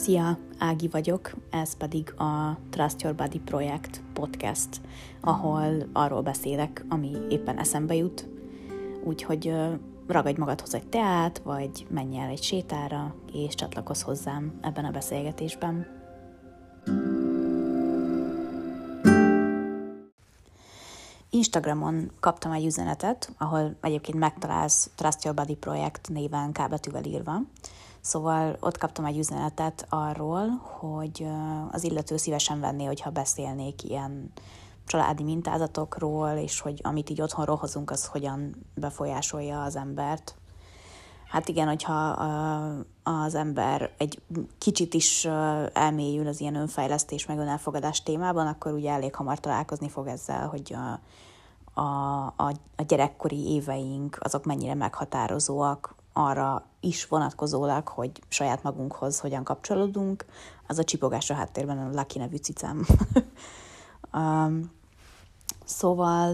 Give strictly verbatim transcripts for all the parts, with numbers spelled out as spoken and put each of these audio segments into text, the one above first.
Szia, Ági vagyok, ez pedig a Trust Your Body projekt podcast, ahol arról beszélek, ami éppen eszembe jut, úgyhogy ragadj magadhoz egy teát, vagy menj el egy sétára, és csatlakozz hozzám ebben a beszélgetésben. Instagramon kaptam egy üzenetet, ahol egyébként megtalálsz Trust Your Body projekt néven K betűvel írva. Szóval ott kaptam egy üzenetet arról, hogy az illető szívesen venné, hogyha beszélnék ilyen családi mintázatokról, és hogy amit így otthonról hozunk, az hogyan befolyásolja az embert. Hát igen, hogyha az ember egy kicsit is elmélyül az ilyen önfejlesztés, meg önelfogadás témában, akkor ugye elég hamar találkozni fog ezzel, hogy a, a, a, a gyerekkori éveink azok mennyire meghatározóak, arra is vonatkozólag, hogy saját magunkhoz hogyan kapcsolódunk. Az a csipogás a háttérben a Lucky nevű cicám. um, szóval,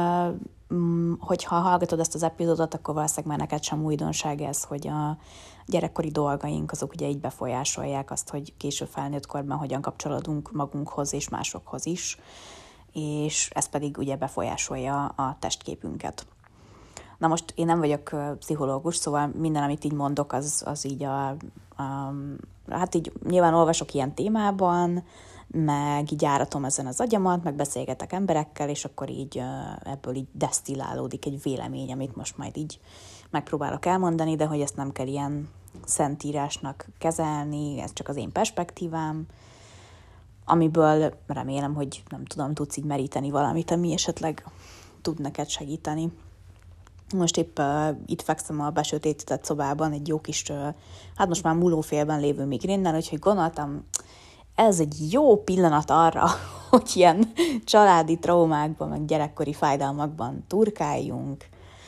uh, hogyha hallgatod ezt az epizódot, akkor valószínűleg már neked sem újdonság ez, hogy a gyerekkori dolgaink azok ugye így befolyásolják azt, hogy később felnőtt korban hogyan kapcsolódunk magunkhoz és másokhoz is, és ez pedig ugye befolyásolja a testképünket. Na most én nem vagyok pszichológus, szóval minden, amit így mondok, az, az így a, a... Hát így nyilván olvasok ilyen témában, meg így járatom ezen az agyamat, meg beszélgetek emberekkel, és akkor így ebből így desztillálódik egy vélemény, amit most majd így megpróbálok elmondani, de hogy ezt nem kell ilyen szentírásnak kezelni, ez csak az én perspektívám, amiből remélem, hogy nem tudom, tudsz így meríteni valamit, ami esetleg tud neked segíteni. Most épp uh, itt fekszem a besötétített szobában egy jó kis, uh, hát most már múlófélben lévő migrénnel, úgyhogy gondoltam, ez egy jó pillanat arra, hogy ilyen családi traumákban, meg gyerekkori fájdalmakban turkáljunk.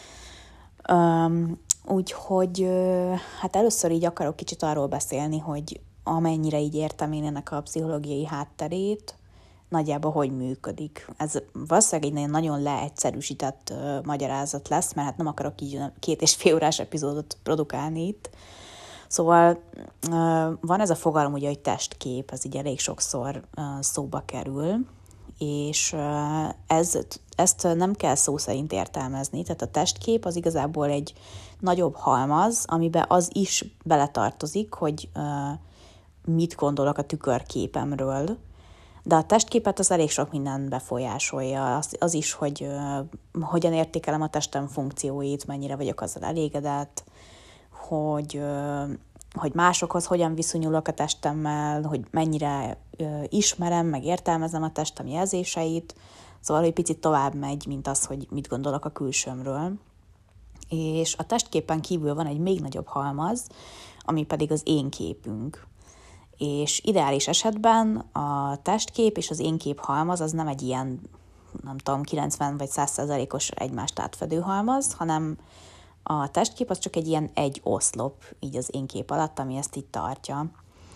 Um, úgyhogy uh, hát először így akarok kicsit arról beszélni, hogy amennyire így értem én ennek a pszichológiai hátterét, nagyjából hogy működik. Ez valószínűleg egy nagyon leegyszerűsített uh, magyarázat lesz, mert hát nem akarok így két és fél órás epizódot produkálni itt. Szóval uh, van ez a fogalom, ugye, hogy testkép, ez így elég sokszor uh, szóba kerül, és uh, ez, ezt nem kell szó szerint értelmezni, tehát a testkép az igazából egy nagyobb halmaz, amiben az is beletartozik, hogy uh, mit gondolok a tükörképemről, de a testképet az elég sok minden befolyásolja. Az, az is, hogy uh, hogyan értékelem a testem funkcióit, mennyire vagyok azzal elégedett, hogy, uh, hogy másokhoz hogyan viszonyulok a testemmel, hogy mennyire uh, ismerem, meg értelmezem a testem jelzéseit. Szóval, hogy picit tovább megy, mint az, hogy mit gondolok a külsőmről. És a testképen kívül van egy még nagyobb halmaz, ami pedig az én képünk. És ideális esetben a testkép és az én kép halmaz az nem egy ilyen, nem tudom, kilencven vagy száz százalékos egymást átfedő halmaz, hanem a testkép az csak egy ilyen egy oszlop így az én kép alatt, ami ezt így tartja.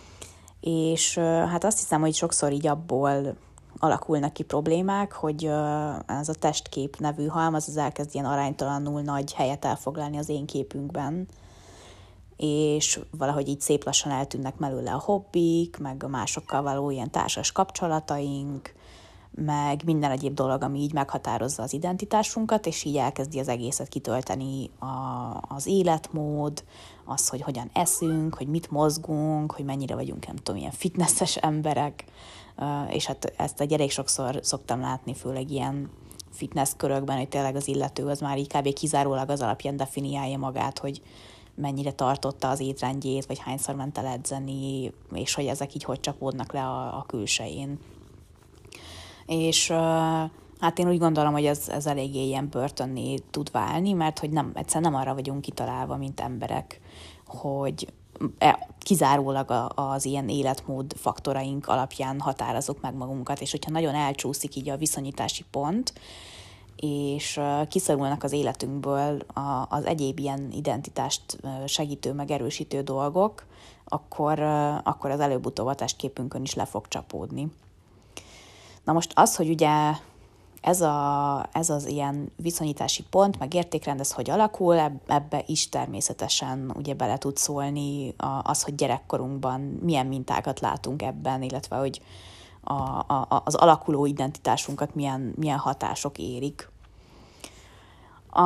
És hát azt hiszem, hogy sokszor így abból alakulnak ki problémák, hogy ez a testkép nevű halmaz az elkezd ilyen aránytalanul nagy helyet elfoglalni az én képünkben, és valahogy így szép lassan eltűnnek mellőle a hobbik, meg a másokkal való ilyen társas kapcsolataink, meg minden egyéb dolog, ami így meghatározza az identitásunkat, és így elkezdi az egészet kitölteni a, az életmód, az, hogy hogyan eszünk, hogy mit mozgunk, hogy mennyire vagyunk, nem tudom, ilyen fitnesses emberek, és hát ezt egy elég sokszor szoktam látni, főleg ilyen fitness körökben, hogy tényleg az illető az már így kb. Kizárólag az alapján definiálja magát, hogy mennyire tartotta az étrendjét, vagy hányszor ment el edzeni, és hogy ezek így hogy csapódnak le a, a külsején. És uh, hát én úgy gondolom, hogy ez, ez eléggé ilyen börtönné tud válni, mert hogy nem, egyszerűen nem arra vagyunk kitalálva, mint emberek, hogy kizárólag az ilyen életmód faktoraink alapján határozzuk meg magunkat, és hogyha nagyon elcsúszik így a viszonyítási pont, és kiszorulnak az életünkből az egyéb ilyen identitást segítő, meg erősítő dolgok, akkor, akkor az előbb-utóbb a testképünkön is le fog csapódni. Na most az, hogy ugye ez, a, ez az ilyen viszonyítási pont, meg értékrend, ez hogy alakul, ebbe is természetesen ugye bele tud szólni az, hogy gyerekkorunkban milyen mintákat látunk ebben, illetve hogy a, a, az alakuló identitásunkat milyen, milyen hatások érik. A,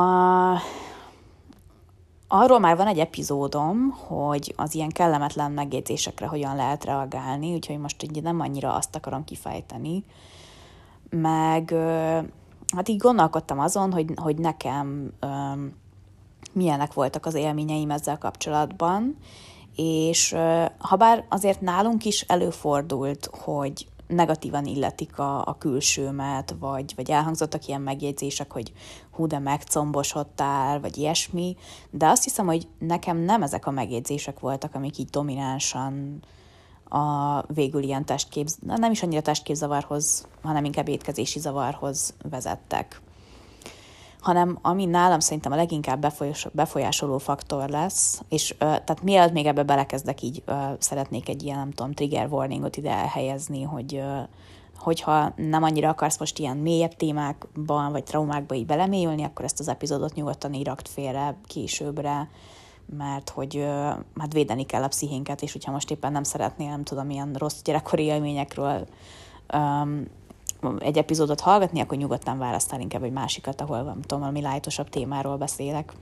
arról már van egy epizódom, hogy az ilyen kellemetlen megjegyzésekre hogyan lehet reagálni, úgyhogy most így nem annyira azt akarom kifejteni, meg hát így gondolkodtam azon, hogy, hogy nekem öm, milyenek voltak az élményeim ezzel kapcsolatban, és ha bár azért nálunk is előfordult, hogy negatívan illetik a, a külsőmet, vagy, vagy elhangzottak ilyen megjegyzések, hogy hú, de megcombosodtál, vagy ilyesmi, de azt hiszem, hogy nekem nem ezek a megjegyzések voltak, amik így dominánsan a végül ilyen testképz, nem is annyira testképzavarhoz, hanem inkább étkezési zavarhoz vezettek. Hanem ami nálam szerintem a leginkább befolyásoló faktor lesz, és tehát mielőtt még ebbe belekezdek, így szeretnék egy ilyen, nem tudom, trigger warningot ide elhelyezni, hogy hogyha nem annyira akarsz most ilyen mélyebb témákban, vagy traumákba így belemélyülni, akkor ezt az epizódot nyugodtan így rakd félre későbbre, mert hogy hát védeni kell a pszichénket, és hogyha most éppen nem szeretnél, nem tudom, ilyen rossz gyerekkori élményekről um, egy epizódot hallgatni, akkor nyugodtan választál inkább egy másikat, ahol nem tudom, valami lájtosabb témáról beszélek.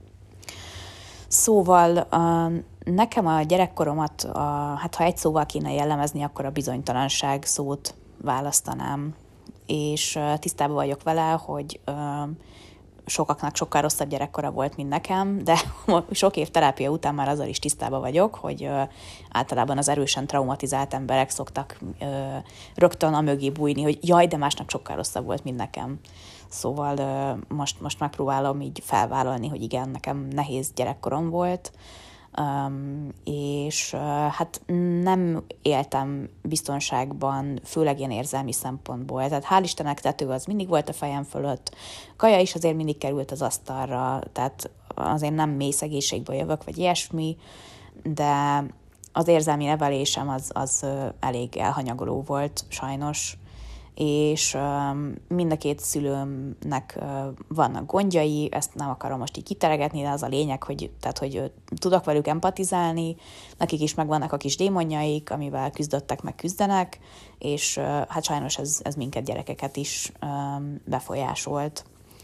Szóval uh, nekem a gyerekkoromat, uh, hát ha egy szóval kéne jellemezni, akkor a bizonytalanság szót választanám. És uh, tisztában vagyok vele, hogy uh, sokaknak sokkal rosszabb gyerekkora volt, mint nekem, de sok év terápia után már azzal is tisztában vagyok, hogy ö, általában az erősen traumatizált emberek szoktak ö, rögtön a mögé bújni, hogy jaj, de másnak sokkal rosszabb volt, mint nekem. Szóval ö, most, most megpróbálom így felvállalni, hogy igen, nekem nehéz gyerekkorom volt, Um, és uh, hát nem éltem biztonságban, főleg ilyen érzelmi szempontból. Tehát hál' Istennek tető az mindig volt a fejem fölött, kaja is azért mindig került az asztalra, tehát azért nem mély szegénységből jövök, vagy ilyesmi, de az érzelmi nevelésem az, az elég elhanyagoló volt, sajnos, és um, mind a két szülőmnek uh, vannak gondjai, ezt nem akarom most így kiteregetni, de az a lényeg, hogy, tehát, hogy uh, tudok velük empatizálni, nekik is megvannak a kis démonjaik, amivel küzdöttek, meg küzdenek, és uh, hát sajnos ez, ez minket gyerekeket is um, befolyásolt.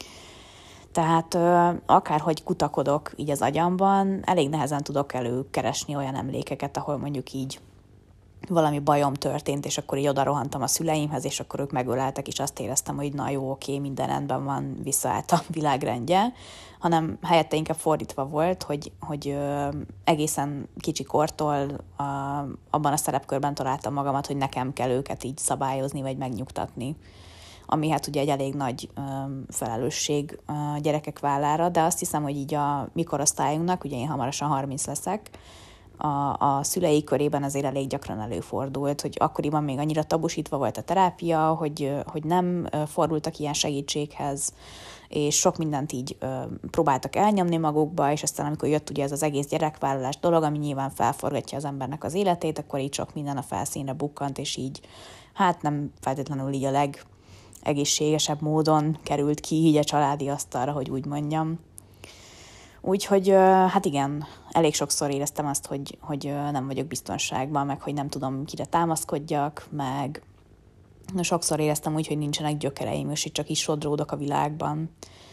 Tehát uh, akárhogy kutakodok így az agyamban, elég nehezen tudok előkeresni olyan emlékeket, ahol mondjuk így valami bajom történt, és akkor így oda rohantam a szüleimhez, és akkor ők megöleltek, és azt éreztem, hogy na jó, oké, minden rendben van, visszaállt a világrendje, hanem helyette inkább fordítva volt, hogy, hogy ö, egészen kicsi kortól a, abban a szerepkörben találtam magamat, hogy nekem kell őket így szabályozni, vagy megnyugtatni. Ami hát ugye egy elég nagy ö, felelősség a gyerekek vállára, de azt hiszem, hogy így a mi korosztályunknak, ugye én hamarosan harminc leszek, A, a szülei körében azért elég gyakran előfordult, hogy akkoriban még annyira tabusítva volt a terápia, hogy, hogy nem fordultak ilyen segítséghez, és sok mindent így ö, próbáltak elnyomni magukba, és aztán amikor jött ugye ez az egész gyerekvállalás dolog, ami nyilván felforgatja az embernek az életét, akkor így sok minden a felszínre bukkant, és így hát nem feltétlenül így a legegészségesebb módon került ki így a családi asztalra, hogy úgy mondjam. Úgyhogy hát igen, elég sokszor éreztem azt, hogy, hogy nem vagyok biztonságban, meg hogy nem tudom, kire támaszkodjak, meg sokszor éreztem úgy, hogy nincsenek gyökereim, és itt csak is sodródok a világban.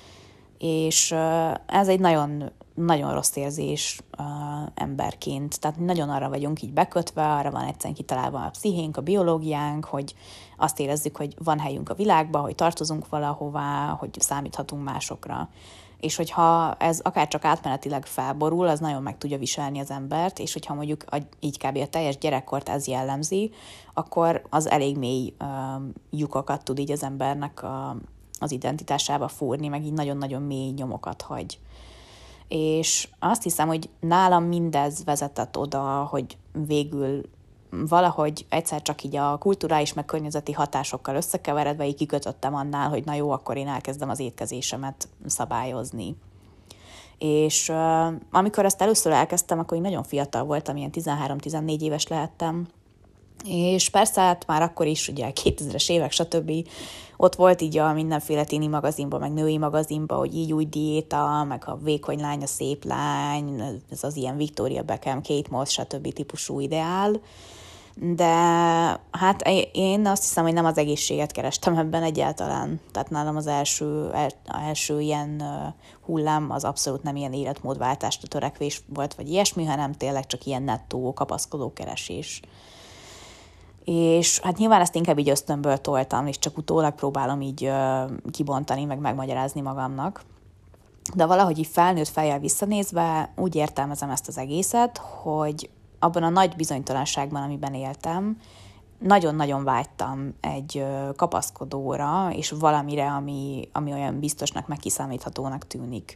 És ez egy nagyon, nagyon rossz érzés emberként. Tehát nagyon arra vagyunk így bekötve, arra van egyszerűen kitalálva a pszichénk, a biológiánk, hogy azt érezzük, hogy van helyünk a világban, hogy tartozunk valahová, hogy számíthatunk másokra. És hogyha ez akár csak átmenetileg felborul, az nagyon meg tudja viselni az embert, és hogyha mondjuk így kb. A teljes gyerekkort ez jellemzi, akkor az elég mély uh, lyukakat tud így az embernek a, az identitásába fúrni, meg így nagyon-nagyon mély nyomokat hagy. És azt hiszem, hogy nálam mindez vezetett oda, hogy végül valahogy egyszer csak így a kulturális meg környezeti hatásokkal összekeveredve így kikötöttem annál, hogy na jó, akkor én elkezdem az étkezésemet szabályozni. És uh, amikor ezt először elkezdtem, akkor én nagyon fiatal voltam, ilyen tizenhárom-tizennégy éves lehettem, És persze hát már akkor is, ugye kétezres évek, stb. Ott volt így a mindenféle tini magazinban, meg női magazinban, hogy így úgy diéta, meg a vékony lány, a szép lány, ez az ilyen Victoria Beckham, Kate Moss, stb. Típusú ideál. De hát én azt hiszem, hogy nem az egészséget kerestem ebben egyáltalán. Tehát nálam az első, első ilyen hullám az abszolút nem ilyen életmódváltásra törekvés volt, vagy ilyesmi, hanem tényleg csak ilyen nettó kapaszkodó keresés. És hát nyilván ezt inkább így ösztönből toltam, és csak utólag próbálom így uh, kibontani, meg megmagyarázni magamnak. De valahogy így felnőtt fejjel visszanézve úgy értelmezem ezt az egészet, hogy abban a nagy bizonytalanságban, amiben éltem, nagyon-nagyon vágytam egy uh, kapaszkodóra, és valamire, ami, ami olyan biztosnak, meg kiszámíthatónak tűnik.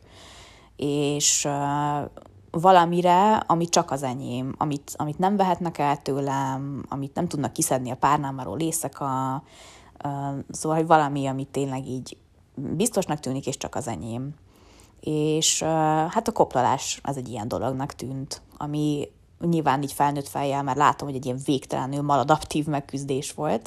És uh, valamire, ami csak az enyém, amit, amit nem vehetnek el tőlem, amit nem tudnak kiszedni a párnámról éjszaka, szóval, hogy valami, amit tényleg így biztosnak tűnik, és csak az enyém. És hát a koplalás az egy ilyen dolognak tűnt, ami nyilván így felnőtt fejjel, mert látom, hogy egy ilyen végtelenül maladaptív megküzdés volt,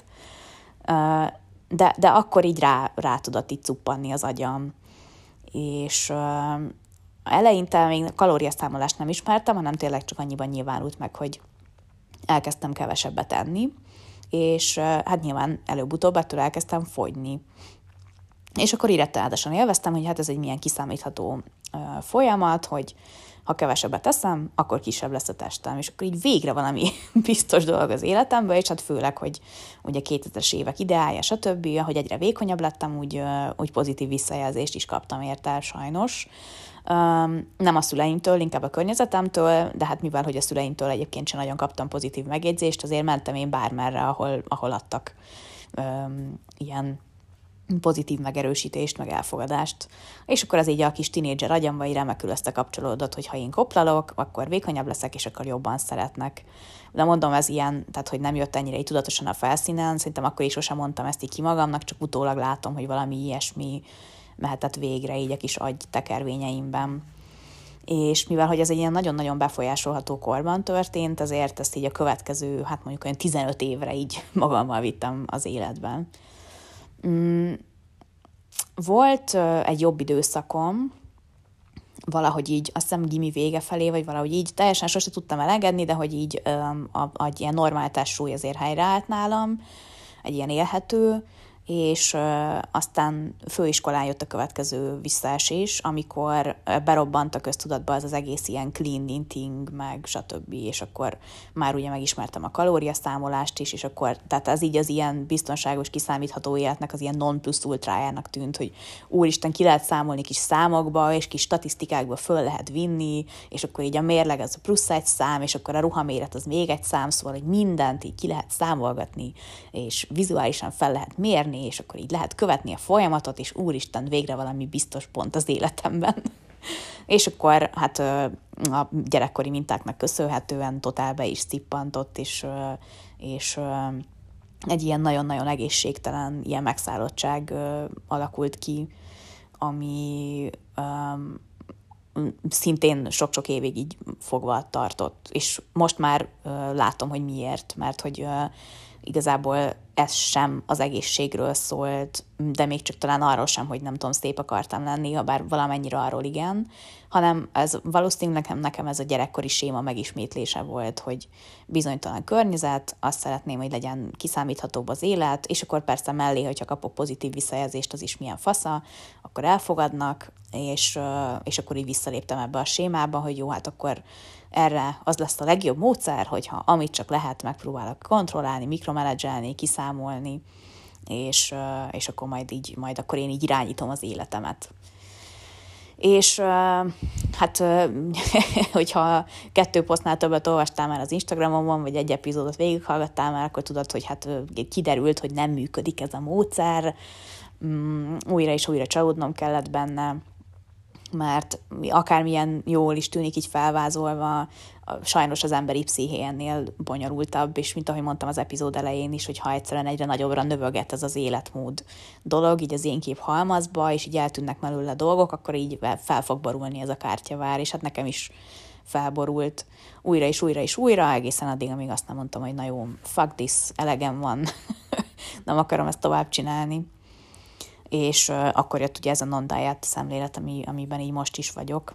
de, de akkor így rá, rá tudott így cuppanni az agyam. És eleinte még kalóriaszámolást nem ismertem, hanem tényleg csak annyiban nyilvánult meg, hogy elkezdtem kevesebbet enni, és hát nyilván előbb-utóbb ettől elkezdtem fogyni. És akkor így rettenetesen élveztem, hogy hát ez egy milyen kiszámítható folyamat, hogy ha kevesebbet eszem, akkor kisebb lesz a testem, és akkor így végre valami biztos dolog az életemben, és hát főleg, hogy ugye kétezres évek ideája, stb., hogy egyre vékonyabb lettem, úgy, úgy pozitív visszajelzést is kaptam érte, sajnos. Um, nem a szüleimtől, inkább a környezetemtől, de hát mivel, hogy a szüleimtől egyébként sem nagyon kaptam pozitív megjegyzést, azért mentem én bármerre, ahol, ahol adtak um, ilyen pozitív megerősítést, meg elfogadást. És akkor az így a kis tinédzser agyamba így remekül összekapcsolódott, hogy ha én koplalok, akkor vékonyabb leszek, és akkor jobban szeretnek. De mondom, ez ilyen, tehát hogy nem jött ennyire így tudatosan a felszínen, szerintem akkor is sosem mondtam ezt így ki magamnak, csak utólag látom, hogy valami ilyesmi mehetett végre így a kis agy tekervényeimben. És mivel, hogy ez egy ilyen nagyon-nagyon befolyásolható korban történt, ezért ezt így a következő, hát mondjuk olyan tizenöt évre így magammal vittem az életben. Mm. Volt uh, egy jobb időszakom, valahogy így, azt hiszem gimi vége felé, vagy valahogy így, teljesen sose tudtam elengedni, de hogy így um, a, a, egy ilyen normál testsúly azért helyreállt nálam, egy ilyen élhető, és uh, aztán főiskolán jött a következő visszaesés, amikor berobbant a köztudatba az az egész ilyen clean eating, meg stb. És akkor már ugye megismertem a kalóriaszámolást is, és akkor, tehát ez így az ilyen biztonságos, kiszámítható életnek az ilyen non plus ultrájának tűnt, hogy úristen, ki lehet számolni kis számokba, és kis statisztikákba föl lehet vinni, és akkor így a mérleg az a plusz egy szám, és akkor a ruhaméret az még egy szám, szóval, hogy mindent így ki lehet számolgatni, és vizuálisan fel lehet mérni, és akkor így lehet követni a folyamatot, és úristen, végre valami biztos pont az életemben. És akkor hát a gyerekkori mintáknak köszönhetően totál be is szippantott, és, és egy ilyen nagyon-nagyon egészségtelen ilyen megszállottság alakult ki, ami um, szintén sok-sok évig így fogva tartott. És most már uh, látom, hogy miért, mert hogy uh, igazából ez sem az egészségről szólt, de még csak talán arról sem, hogy nem tudom, szép akartam lenni, ha bár valamennyire arról igen, hanem ez valószínűleg nekem, nekem ez a gyerekkori séma megismétlése volt, hogy bizonytalan környezet, azt szeretném, hogy legyen kiszámíthatóbb az élet, és akkor persze mellé, hogyha kapok pozitív visszajelzést, az is milyen fasza, akkor elfogadnak, és, és akkor így visszaléptem ebbe a sémába, hogy jó, hát akkor erre az lesz a legjobb módszer, hogyha amit csak lehet, megpróbálok kontrollálni, mikromenedzselni, kiszámolni, és, és akkor majd így, majd akkor én így irányítom az életemet. És hát, hogyha kettő posztnál többet olvastál már az Instagramon, vagy egy epizódot végighallgattál már, akkor tudod, hogy hát kiderült, hogy nem működik ez a módszer, újra és újra csalódnom kellett benne, mert akármilyen jól is tűnik így felvázolva, sajnos az emberi psziché ennél bonyolultabb, és mint ahogy mondtam az epizód elején is, hogy ha egyszerűen egyre nagyobbra növöget ez az életmód dolog, így az én kép halmazba, és így eltűnnek belőle dolgok, akkor így fel fog borulni ez a kártyavár, és hát nekem is felborult újra és újra és újra, egészen addig, amíg azt nem mondtam, hogy na jó, fuck this, elegem van, nem akarom ezt tovább csinálni. És uh, akkor jött ugye ez a non-diet szemlélet, ami, amiben így most is vagyok.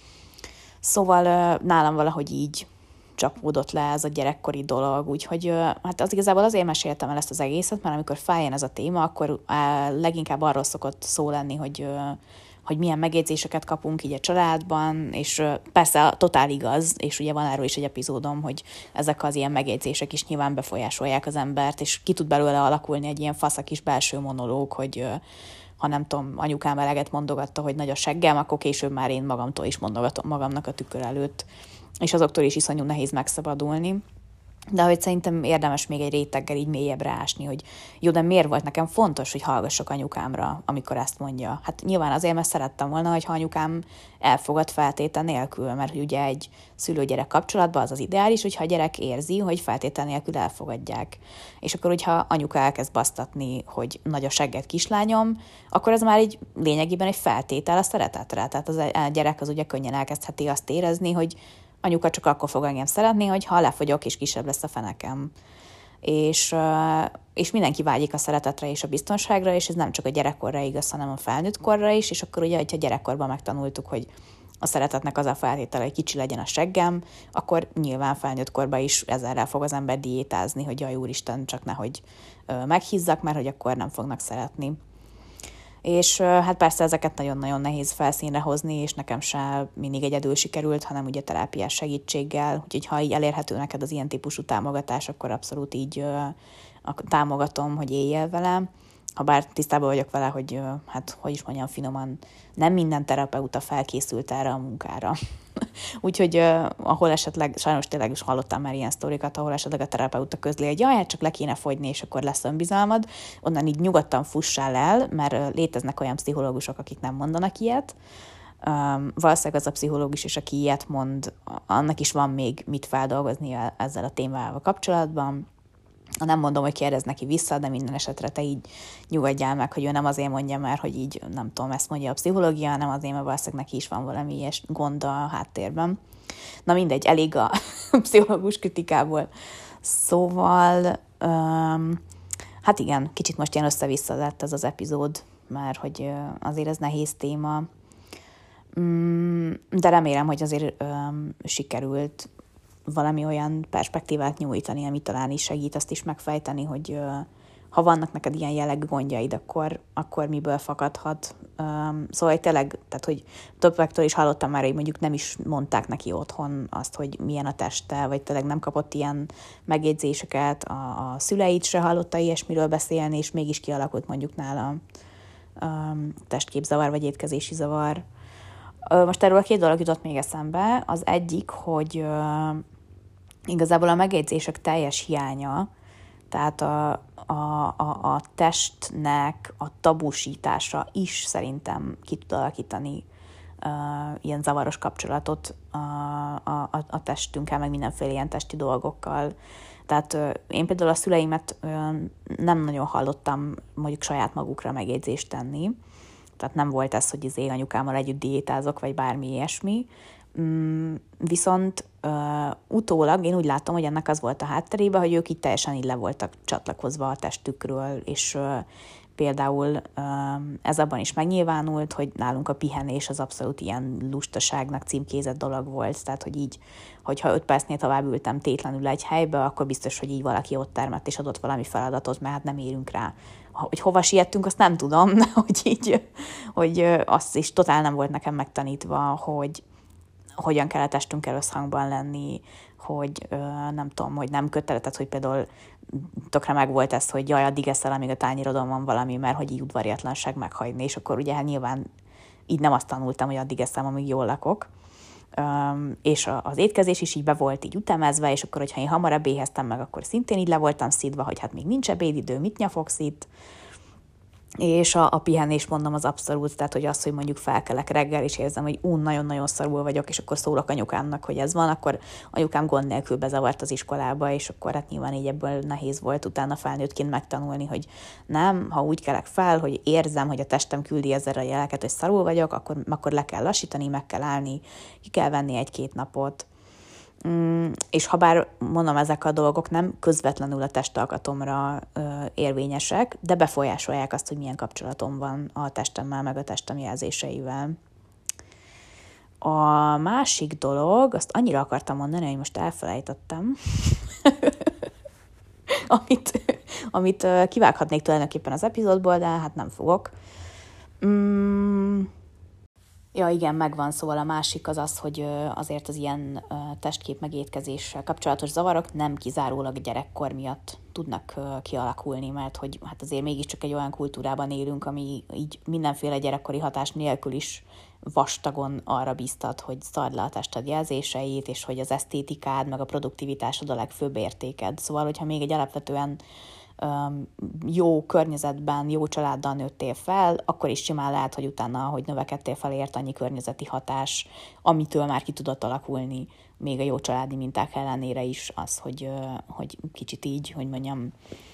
Szóval uh, nálam valahogy így csapódott le ez a gyerekkori dolog, úgyhogy uh, hát az igazából azért meséltem el ezt az egészet, mert amikor feljön ez a téma, akkor uh, leginkább arról szokott szó lenni, hogy, uh, hogy milyen megjegyzéseket kapunk így a családban, és uh, persze totál igaz, és ugye van erről is egy epizódom, hogy ezek az ilyen megjegyzések is nyilván befolyásolják az embert, és ki tud belőle alakulni egy ilyen fasz a kis belső monológ, hogy uh, ha nem tudom, anyukám eleget mondogatta, hogy nagy a seggem, akkor később már én magamtól is mondogatom magamnak a tükör előtt, és azoktól is iszonyú nehéz megszabadulni. De hogy szerintem érdemes még egy réteggel így mélyebbre ásni, hogy jó, de miért volt nekem fontos, hogy hallgassak anyukámra, amikor ezt mondja? Hát nyilván azért, mert szerettem volna, hogy anyukám elfogad feltétel nélkül, mert ugye egy szülő-gyerek kapcsolatban az az ideális, hogyha a gyerek érzi, hogy feltétel nélkül elfogadják. És akkor, hogyha anyuka elkezd basztatni, hogy nagy a segged kislányom, akkor ez már egy lényegében egy feltétel a szeretetre. Tehát az a gyerek az ugye könnyen elkezdheti azt érezni, hogy anyuka csak akkor fog engem szeretni, hogyha lefogyok és kisebb lesz a fenekem. És, és mindenki vágyik a szeretetre és a biztonságra, és ez nem csak a gyerekkorra igaz, hanem a felnőtt korra is, és akkor ugye, hogyha gyerekkorban megtanultuk, hogy a szeretetnek az a feltétele, hogy kicsi legyen a seggem, akkor nyilván felnőtt korban is ezerrel fog az ember diétázni, hogy jaj úristen, csak nehogy meghízzak, mert hogy akkor nem fognak szeretni. És hát persze ezeket nagyon-nagyon nehéz felszínre hozni, és nekem se mindig egyedül sikerült, hanem ugye terápiás segítséggel, úgyhogy ha így elérhető neked az ilyen típusú támogatás, akkor abszolút így uh, támogatom, hogy éljél vele. Habár tisztában vagyok vele, hogy hát, hogy is mondjam finoman, nem minden terapeuta felkészült erre a munkára. Úgyhogy uh, ahol esetleg, sajnos tényleg is hallottam már ilyen sztorikat, ahol esetleg a terapeuta közli, hogy jaj, hát csak le kéne fogyni, és akkor lesz önbizalmad, onnan így nyugodtan fussál el, mert uh, léteznek olyan pszichológusok, akik nem mondanak ilyet. Um, valószínűleg az a pszichológus is, aki ilyet mond, annak is van még mit feldolgozni ezzel a témával kapcsolatban. Nem mondom, hogy kérdezz neki vissza, de minden esetre te így nyugodjál meg, hogy ő nem azért mondja már, hogy így nem tudom, ezt mondja a pszichológia, hanem azért, mert valószínűleg neki is van valami ilyes gond a háttérben. Na mindegy, elég a pszichológus kritikából. Szóval, um, hát igen, kicsit most ilyen össze-vissza lett ez az epizód, mert hogy azért ez nehéz téma, de remélem, hogy azért um, sikerült valami olyan perspektívát nyújtani, ami talán is segít azt is megfejteni, hogy uh, ha vannak neked ilyen jellegű gondjaid, akkor, akkor miből fakadhat. Um, szóval tényleg, tehát, hogy többektől is hallottam már, hogy mondjuk nem is mondták neki otthon azt, hogy milyen a teste, vagy tényleg nem kapott ilyen megjegyzéseket, a, a szüleit se hallotta ilyesmiről beszélni, és mégis kialakult mondjuk nála um, testképzavar, vagy étkezési zavar. Uh, most erről a két dolog jutott még eszembe. Az egyik, hogy uh, igazából a megjegyzések teljes hiánya, tehát a, a, a, a testnek a tabusítása is szerintem ki tud alakítani uh, ilyen zavaros kapcsolatot a, a, a testünkkel, meg mindenféle ilyen testi dolgokkal. Tehát uh, én például a szüleimet uh, nem nagyon hallottam mondjuk saját magukra megjegyzést tenni, tehát nem volt ez, hogy az én anyukámmal együtt diétázok, vagy bármi ilyesmi. Mm, viszont uh, utólag én úgy látom, hogy ennek az volt a hátterében, hogy ők így teljesen így le voltak csatlakozva a testükről, és uh, például uh, ez abban is megnyilvánult, hogy nálunk a pihenés az abszolút ilyen lustaságnak címkézett dolog volt, tehát hogy így, hogyha öt percnél tovább ültem tétlenül egy helybe, akkor biztos, hogy így valaki ott termett és adott valami feladatot, mert hát nem érünk rá. Hogy hova siettünk, azt nem tudom, hogy így, hogy azt is totál nem volt nekem megtanítva, hogy hogyan kell a testünkkel összhangban lenni, hogy nem tudom, hogy nem kötelezett, hogy például tökre meg volt ez, hogy jaj, addig eszel, amíg a tányérodon van valami, mert hogy így udvariatlanság meghagyni, és akkor ugye hát nyilván így nem azt tanultam, hogy addig eszem, amíg jól lakok. Um, és a, az étkezés is így be volt így ütemezve, és akkor, hogyha én hamarabb éheztem meg, akkor szintén így le voltam szidva, hogy hát még nincs ebédidő, mit nyafogsz itt. És a, a pihenés, mondom, az abszolút, tehát hogy az, hogy mondjuk felkelek reggel, és érzem, hogy ú, nagyon-nagyon szarul vagyok, és akkor szólok anyukámnak, hogy ez van, akkor anyukám gond nélkül bezavart az iskolába, és akkor hát nyilván így ebből nehéz volt utána felnőttként megtanulni, hogy nem, ha úgy kelek fel, hogy érzem, hogy a testem küldi ezzel a jeleket, hogy szarul vagyok, akkor, akkor le kell lassítani, meg kell állni, ki kell venni egy-két napot. És ha bár mondom, ezek a dolgok nem közvetlenül a testalkatomra ö, érvényesek, de befolyásolják azt, hogy milyen kapcsolatom van a testemmel, meg a testem jelzéseivel. A másik dolog, azt annyira akartam mondani, hogy most elfelejtettem, amit, amit kivághatnék tulajdonképpen az epizódból, de hát nem fogok. Mm. Ja, igen, megvan, szóval a másik az az, hogy azért az ilyen testkép meg étkezéssel kapcsolatos zavarok nem kizárólag gyerekkor miatt tudnak kialakulni, mert hogy hát azért mégiscsak egy olyan kultúrában élünk, ami így mindenféle gyerekkori hatás nélkül is vastagon arra bíztat, hogy szard le a tested jelzéseit, és hogy az esztétikád meg a produktivitásod a legfőbb értéked. Szóval, hogyha még egy alapvetően jó környezetben, jó családdal nőttél fel, akkor is simán lehet, hogy utána, ahogy növekedtél fel, ért annyi környezeti hatás, amitől már ki tudott alakulni, még a jó családi minták ellenére is az, hogy, hogy kicsit így, hogy mondjam,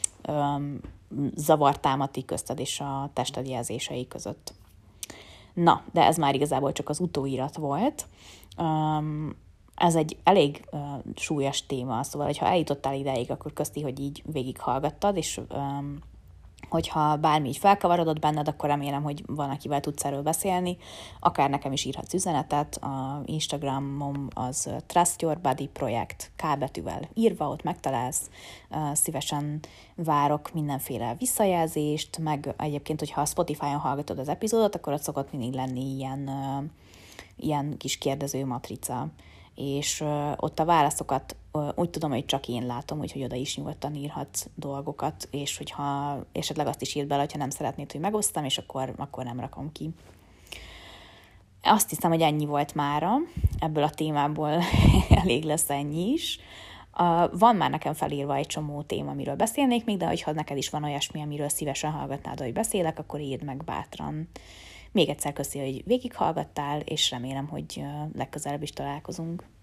zavart támad közted és a tested jelzései között. Na, de ez már igazából csak az utóirat volt. Ez egy elég uh, súlyos téma, szóval, hogyha eljutottál ideig, akkor közti, hogy így végighallgattad, és um, hogyha bármi így felkavarodott benned, akkor remélem, hogy van, akivel tudsz erről beszélni. Akár nekem is írhatsz üzenetet, a Instagramom az Trust Your Body projekt, K betűvel írva, ott megtalálsz. Uh, szívesen várok mindenféle visszajelzést, meg egyébként, hogyha a Spotify-on hallgatod az epizódot, akkor ott szokott mindig lenni ilyen, uh, ilyen kis kérdező matrica, és uh, ott a válaszokat uh, úgy tudom, hogy csak én látom, úgyhogy oda is nyugodtan írhatsz dolgokat, és hogyha esetleg azt is írd bele, hogyha nem szeretnéd, hogy megosztam, és akkor, akkor nem rakom ki. Azt hiszem, hogy ennyi volt mára, ebből a témából elég lesz ennyi is. Uh, van már nekem felírva egy csomó téma, amiről beszélnék még, de hogyha neked is van olyasmi, amiről szívesen hallgatnád, hogy beszélek, akkor írd meg bátran. Még egyszer köszi, hogy végighallgattál, és remélem, hogy legközelebb is találkozunk.